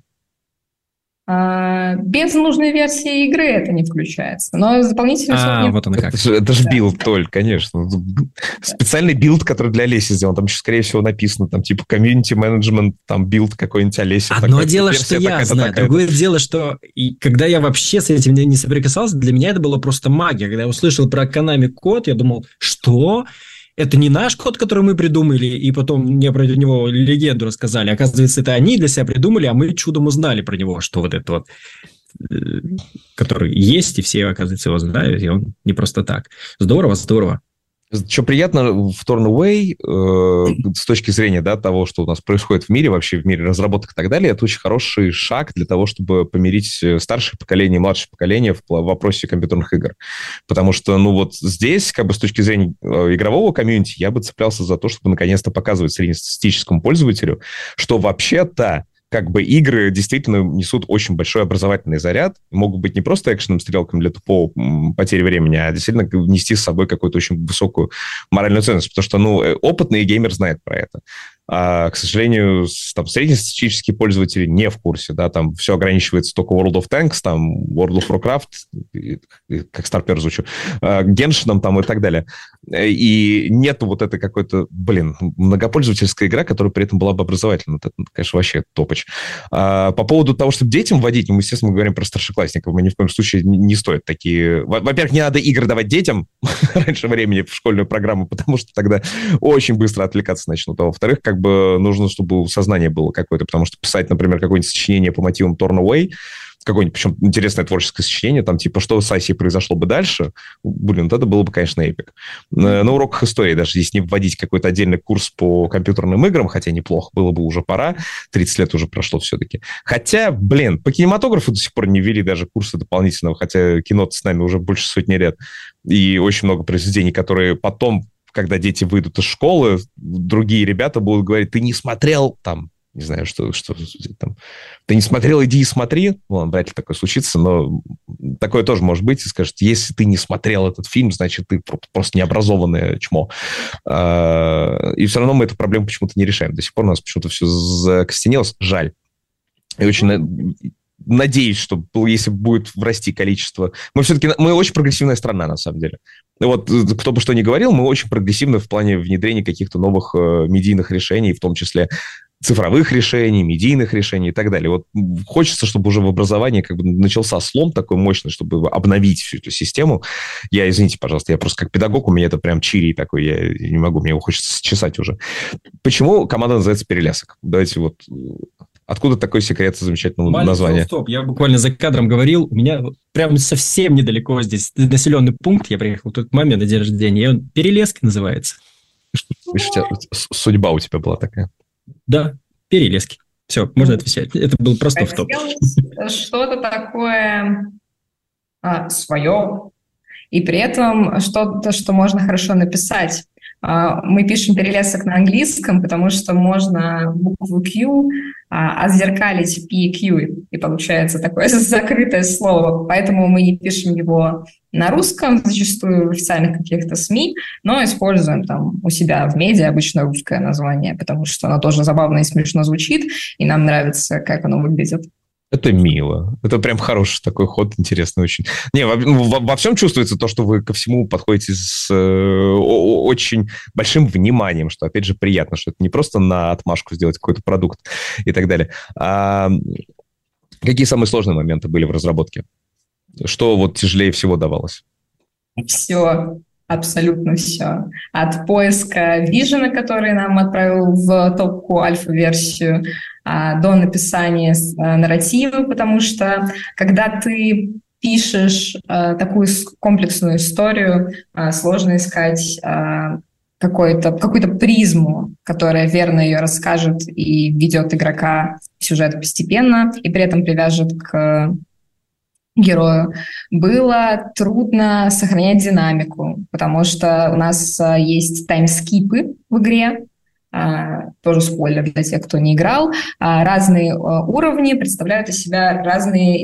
Без нужной версии игры это не включается, но дополнительный софт... вот оно как. Это же билд, Толь, конечно. Специальный билд, который для Олеси сделан. Там еще, скорее всего, написано, там, типа, комьюнити-менеджмент, там, билд какой-нибудь Олеси. Одно дело, что я знаю, другое дело, что когда я вообще с этим не соприкасался, для меня это было просто магия. Когда я услышал про Konami код, я думал, что... Это не наш код, который мы придумали, и потом мне про него легенду рассказали. Оказывается, это они для себя придумали, а мы чудом узнали про него, что вот это вот, который есть, и все, оказывается, его знают, и он не просто так. Здорово, здорово. Что приятно в Tornaway, с точки зрения того, что у нас происходит в мире, вообще в мире разработок и так далее, это очень хороший шаг для того, чтобы помирить старшее поколение и младшее поколение в вопросе компьютерных игр. Потому что, вот здесь, с точки зрения игрового комьюнити, я бы цеплялся за то, чтобы наконец-то показывать среднестатистическому пользователю, что вообще-то игры действительно несут очень большой образовательный заряд, могут быть не просто экшеном, стрелками для тупого потери времени, а действительно нести с собой какую-то очень высокую моральную ценность, потому что, опытный геймер знает про это. А, к сожалению, там среднестатистические пользователи не в курсе, да, там все ограничивается только World of Tanks, там World of Warcraft, как старпер звучу, Геншином там и так далее. И нету вот этой какой-то, многопользовательская игра, которая при этом была бы образовательной. Это, конечно, вообще топоч. По поводу того, чтобы детям вводить, мы, естественно, мы говорим про старшеклассников, мы ни в коем случае не стоит такие... Во-первых, не надо игры давать детям раньше времени в школьную программу, потому что тогда очень быстро отвлекаться начнут. А во-вторых, как бы нужно, чтобы сознание было какое-то, потому что писать, например, какое-нибудь сочинение по мотивам Torn Away, какое-нибудь, причем интересное творческое сочинение, там, типа, что с Асей произошло бы дальше, вот это было бы, конечно, эпик. На уроках истории, даже если не вводить какой-то отдельный курс по компьютерным играм, хотя неплохо, было бы уже пора, 30 лет уже прошло все-таки. Хотя, по кинематографу до сих пор не ввели даже курсы дополнительного, хотя кино с нами уже больше сотни лет, и очень много произведений, которые потом, когда дети выйдут из школы, другие ребята будут говорить, ты не смотрел там, не знаю, что там. Ты не смотрел, иди и смотри. Ладно, вряд ли такое случится, но такое тоже может быть. И скажет, если ты не смотрел этот фильм, значит, ты просто необразованное чмо. И все равно мы эту проблему почему-то не решаем. До сих пор у нас почему-то все закостенелось. Жаль. И очень надеюсь, что если будет расти количество... Мы очень прогрессивная страна, на самом деле. И вот кто бы что ни говорил, мы очень прогрессивны в плане внедрения каких-то новых медийных решений, в том числе цифровых решений, медийных решений и так далее. Вот хочется, чтобы уже в образовании как бы начался слом такой мощный, чтобы обновить всю эту систему. Извините, пожалуйста, я просто как педагог, у меня это прям чирий такой, я не могу, мне его хочется чесать уже. Почему команда называется «Перелясок»? Давайте вот... Откуда такой секрет замечательного названия? Стоп, я буквально за кадром говорил, у меня прям совсем недалеко здесь населенный пункт, я приехал тут к маме на день рождения, и он Перелески называется. Судьба у тебя была такая. Да, Перелески. Все, можно отвечать. Это был просто в топ. Что-то такое свое, и при этом что-то, что можно хорошо написать. Мы пишем «Перелесок» на английском, потому что можно букву Q отзеркалить P и Q, и получается такое закрытое слово. Поэтому мы не пишем его на русском, зачастую в официальных каких-то СМИ, но используем там у себя в медиа обычно русское название, потому что оно тоже забавно и смешно звучит, и нам нравится, как оно выглядит. Это мило. Это прям хороший такой ход, интересный очень. Не, во всем чувствуется то, что вы ко всему подходите с очень большим вниманием, что, опять же, приятно, что это не просто на отмашку сделать какой-то продукт и так далее. А какие самые сложные моменты были в разработке? Что вот тяжелее всего давалось? Все. Абсолютно все. От поиска вижена, который нам отправил в топку альфа-версию, до написания нарратива, потому что когда ты пишешь такую комплексную историю, сложно искать какую-то призму, которая верно ее расскажет и ведет игрока в сюжет постепенно, и при этом привяжет к герою. Было трудно сохранять динамику, потому что у нас есть таймскипы в игре, тоже спойлер для тех, кто не играл. Разные уровни представляют из себя разные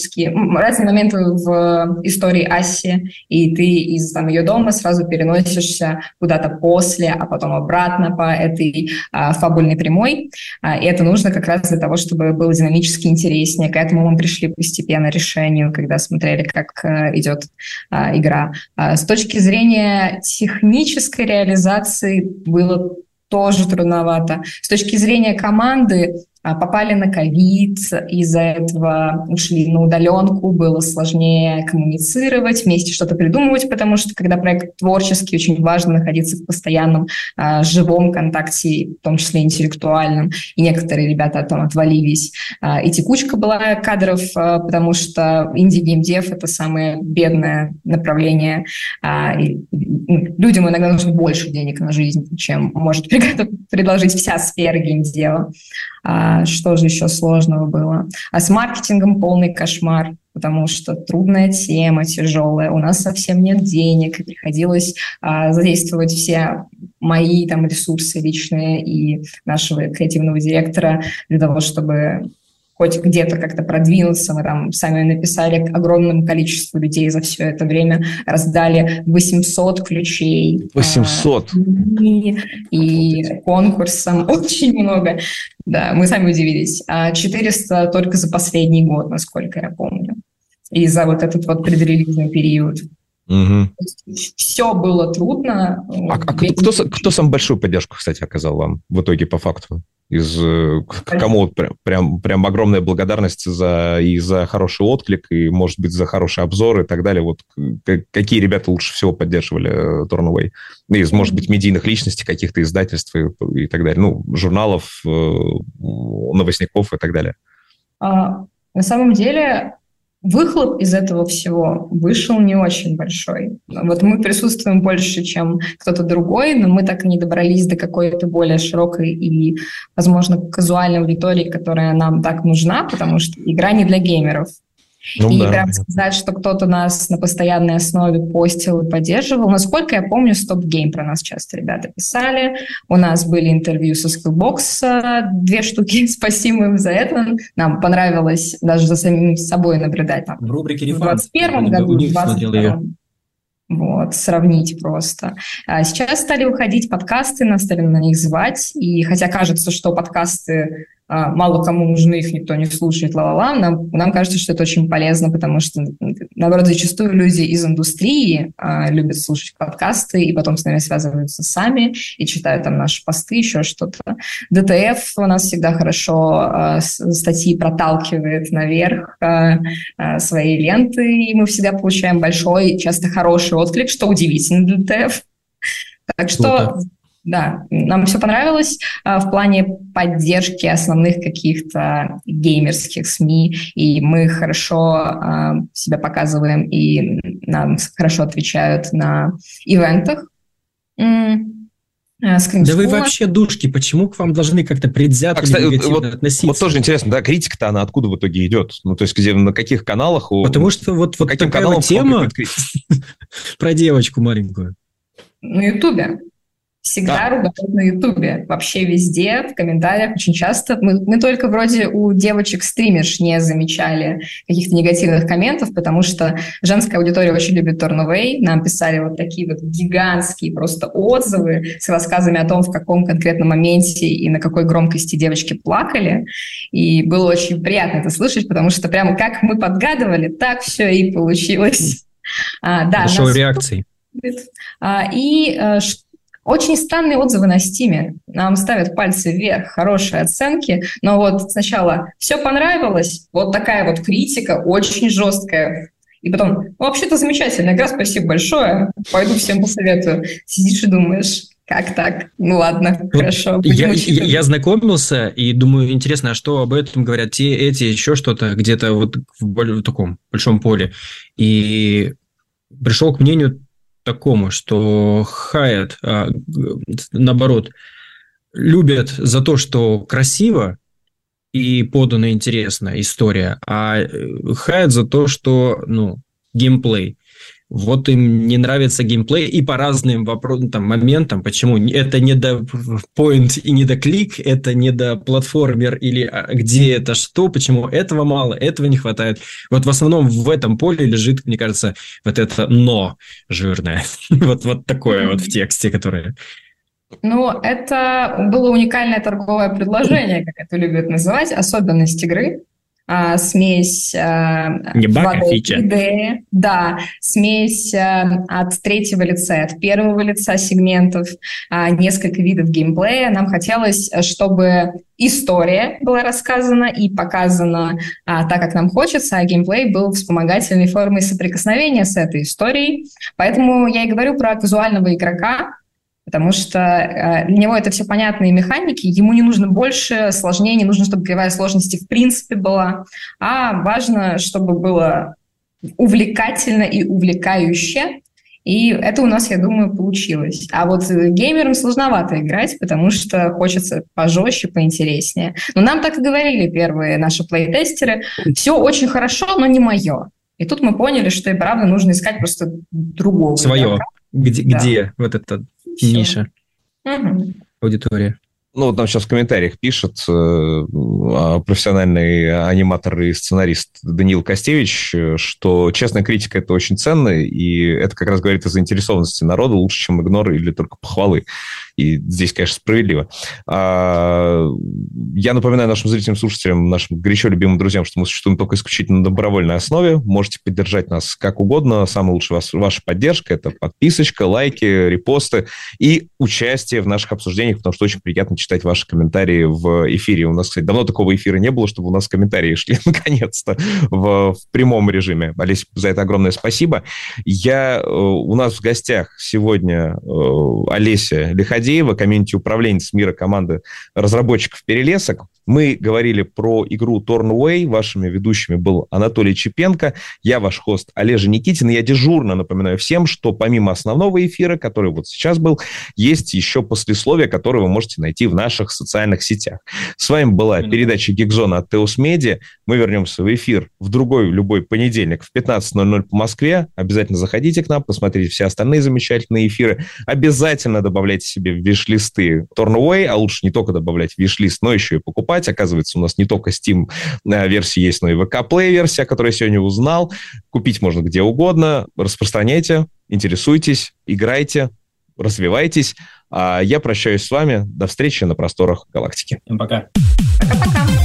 моменты в истории Аси, и ты из ее дома сразу переносишься куда-то после, а потом обратно по этой фабульной прямой. И это нужно как раз для того, чтобы было динамически интереснее. К этому мы пришли постепенно решению, когда смотрели, как идет игра. С точки зрения технической реализации было тоже трудновато. С точки зрения команды попали на ковид, из-за этого ушли на удаленку, было сложнее коммуницировать, вместе что-то придумывать, потому что когда проект творческий, очень важно находиться в постоянном живом контакте, в том числе интеллектуальном, и некоторые ребята там отвалились. И текучка была кадров, потому что инди-геймдев — это самое бедное направление. Людям иногда нужно больше денег на жизнь, чем может предложить вся сфера геймдева. Что же еще сложного было? А с маркетингом полный кошмар, потому что трудная тема, тяжелая. У нас совсем нет денег, и приходилось задействовать все мои там ресурсы личные и нашего креативного директора для того, чтобы хоть где-то как-то продвинуться. Мы там сами написали огромному количеству людей за все это время, раздали 800 ключей. 800? И конкурсом очень много. Да, мы сами удивились. 400 только за последний год, насколько я помню. И за вот этот вот предрелизный период. Угу. Все было трудно. Кто самую большую поддержку, кстати, оказал вам в итоге по факту? Кому прям огромная благодарность за хороший отклик и, может быть, за хороший обзор и так далее. Вот какие ребята лучше всего поддерживали Turnaway? Из, может быть, медийных личностей, каких-то издательств и так далее. Ну, журналов, новостников и так далее. На самом деле... Выхлоп из этого всего вышел не очень большой. Вот мы присутствуем больше, чем кто-то другой, но мы так и не добрались до какой-то более широкой и, возможно, казуальной аудитории, которая нам так нужна, потому что игра не для геймеров. Прям сказать, что кто-то нас на постоянной основе постил и поддерживал. Насколько я помню, Stop Game про нас часто ребята писали. У нас были интервью со Skillbox, 2 штуки. Спасибо им за это. Нам понравилось даже за самим собой наблюдать. В рубрике «Рефан». В 2021 году, в 2022. Вот, сравнить просто. Сейчас стали выходить подкасты, нас стали на них звать. И хотя кажется, что подкасты мало кому нужны, их никто не слушает, ла-ла-ла, нам кажется, что это очень полезно, потому что, наоборот, зачастую люди из индустрии любят слушать подкасты и потом с нами связываются сами и читают там наши посты, еще что-то. ДТФ у нас всегда хорошо статьи проталкивает наверх своей ленты, и мы всегда получаем большой, часто хороший отклик, что удивительно для ДТФ. Так что... Да, нам все понравилось в плане поддержки основных каких-то геймерских СМИ, и мы хорошо себя показываем, и нам хорошо отвечают на ивентах. Да вы вообще душки, почему к вам должны как-то предвзято негативно относиться? Вот тоже интересно, да, критика-то она откуда в итоге идет? Ну, то есть где, на каких каналах? Потому что вот такая вот тема про девочку маленькую. На Ютубе. Всегда ругают на Ютубе, вообще везде, в комментариях очень часто. Мы только вроде у девочек-стримерш не замечали каких-то негативных комментов, потому что женская аудитория очень любит Turnaway. Нам писали вот такие вот гигантские просто отзывы с рассказами о том, в каком конкретном моменте и на какой громкости девочки плакали. И было очень приятно это слышать, потому что прямо как мы подгадывали, так все и получилось. Шоу реакций. Очень странные отзывы на Стиме. Нам ставят пальцы вверх, хорошие оценки, но вот сначала все понравилось, вот такая вот критика очень жесткая. И потом, вообще-то замечательная игра, спасибо большое, пойду всем посоветую. Сидишь и думаешь, как так? Ну ладно, вот хорошо. Я знакомился и думаю, интересно, а что об этом говорят те, эти, еще что-то где-то вот в таком большом поле. И пришел к мнению такому, что Hyatt, наоборот, любят за то, что красиво и подана интересная история, а Hyatt за то, что, геймплей. Вот им не нравится геймплей и по разным моментам, почему это не до point и не до клик, это не до платформер или где это что, почему этого мало, этого не хватает. Вот в основном в этом поле лежит, мне кажется, вот это «но» жирное. Вот такое вот в тексте, которое... Это было уникальное торговое предложение, как это любят называть, особенность игры. Смесь идеи, смесь от третьего лица, от первого лица сегментов, несколько видов геймплея. Нам хотелось, чтобы история была рассказана и показана так, как нам хочется, а геймплей был вспомогательной формой соприкосновения с этой историей. Поэтому я и говорю про казуального игрока, потому что для него это все понятные механики, ему не нужно больше, сложнее, не нужно, чтобы кривая сложности в принципе была, а важно, чтобы было увлекательно и увлекающе, и это у нас, я думаю, получилось. А вот геймерам сложновато играть, потому что хочется пожестче, поинтереснее. Но нам так и говорили первые наши плейтестеры, все очень хорошо, но не мое. И тут мы поняли, что и правда нужно искать просто другого. Свое. Где вот эта ниша, аудитория. Ну, вот нам сейчас в комментариях пишет профессиональный аниматор и сценарист Даниил Костевич, что честная критика – это очень ценно, и это как раз говорит о заинтересованности народа лучше, чем игнор или только похвалы. И здесь, конечно, справедливо. Я напоминаю нашим зрителям, слушателям, нашим горячо любимым друзьям, что мы существуем только исключительно на добровольной основе. Можете поддержать нас как угодно. Самая лучшая ваша поддержка – это подписочка, лайки, репосты и участие в наших обсуждениях, потому что очень приятно читать ваши комментарии в эфире. У нас, кстати, давно такого эфира не было, чтобы у нас комментарии шли наконец-то в прямом режиме. Олесь, за это огромное спасибо. У нас в гостях сегодня Олеся Лиходеева, комьюнити-управленец мира команды разработчиков «Перелесок». Мы говорили про игру Tornway. Вашими ведущими был Анатолий Чепенко. Я ваш хост Олежа Никитин. Я дежурно напоминаю всем, что помимо основного эфира, который вот сейчас был, есть еще послесловие, которое вы можете найти в наших социальных сетях. С вами была передача «Гигзона» от Теос Медиа. Мы вернемся в эфир в другой любой понедельник в 15:00 по Москве. Обязательно заходите к нам, посмотрите все остальные замечательные эфиры. Обязательно добавляйте себе в виш-листы Tornway, а лучше не только добавлять в виш-лист, но еще и покупать. Оказывается, у нас не только Steam-версии есть, но и VK Play-версия, которую я сегодня узнал. Купить можно где угодно. Распространяйте, интересуйтесь, играйте, развивайтесь. А я прощаюсь с вами. До встречи на просторах галактики. Всем пока. Пока-пока.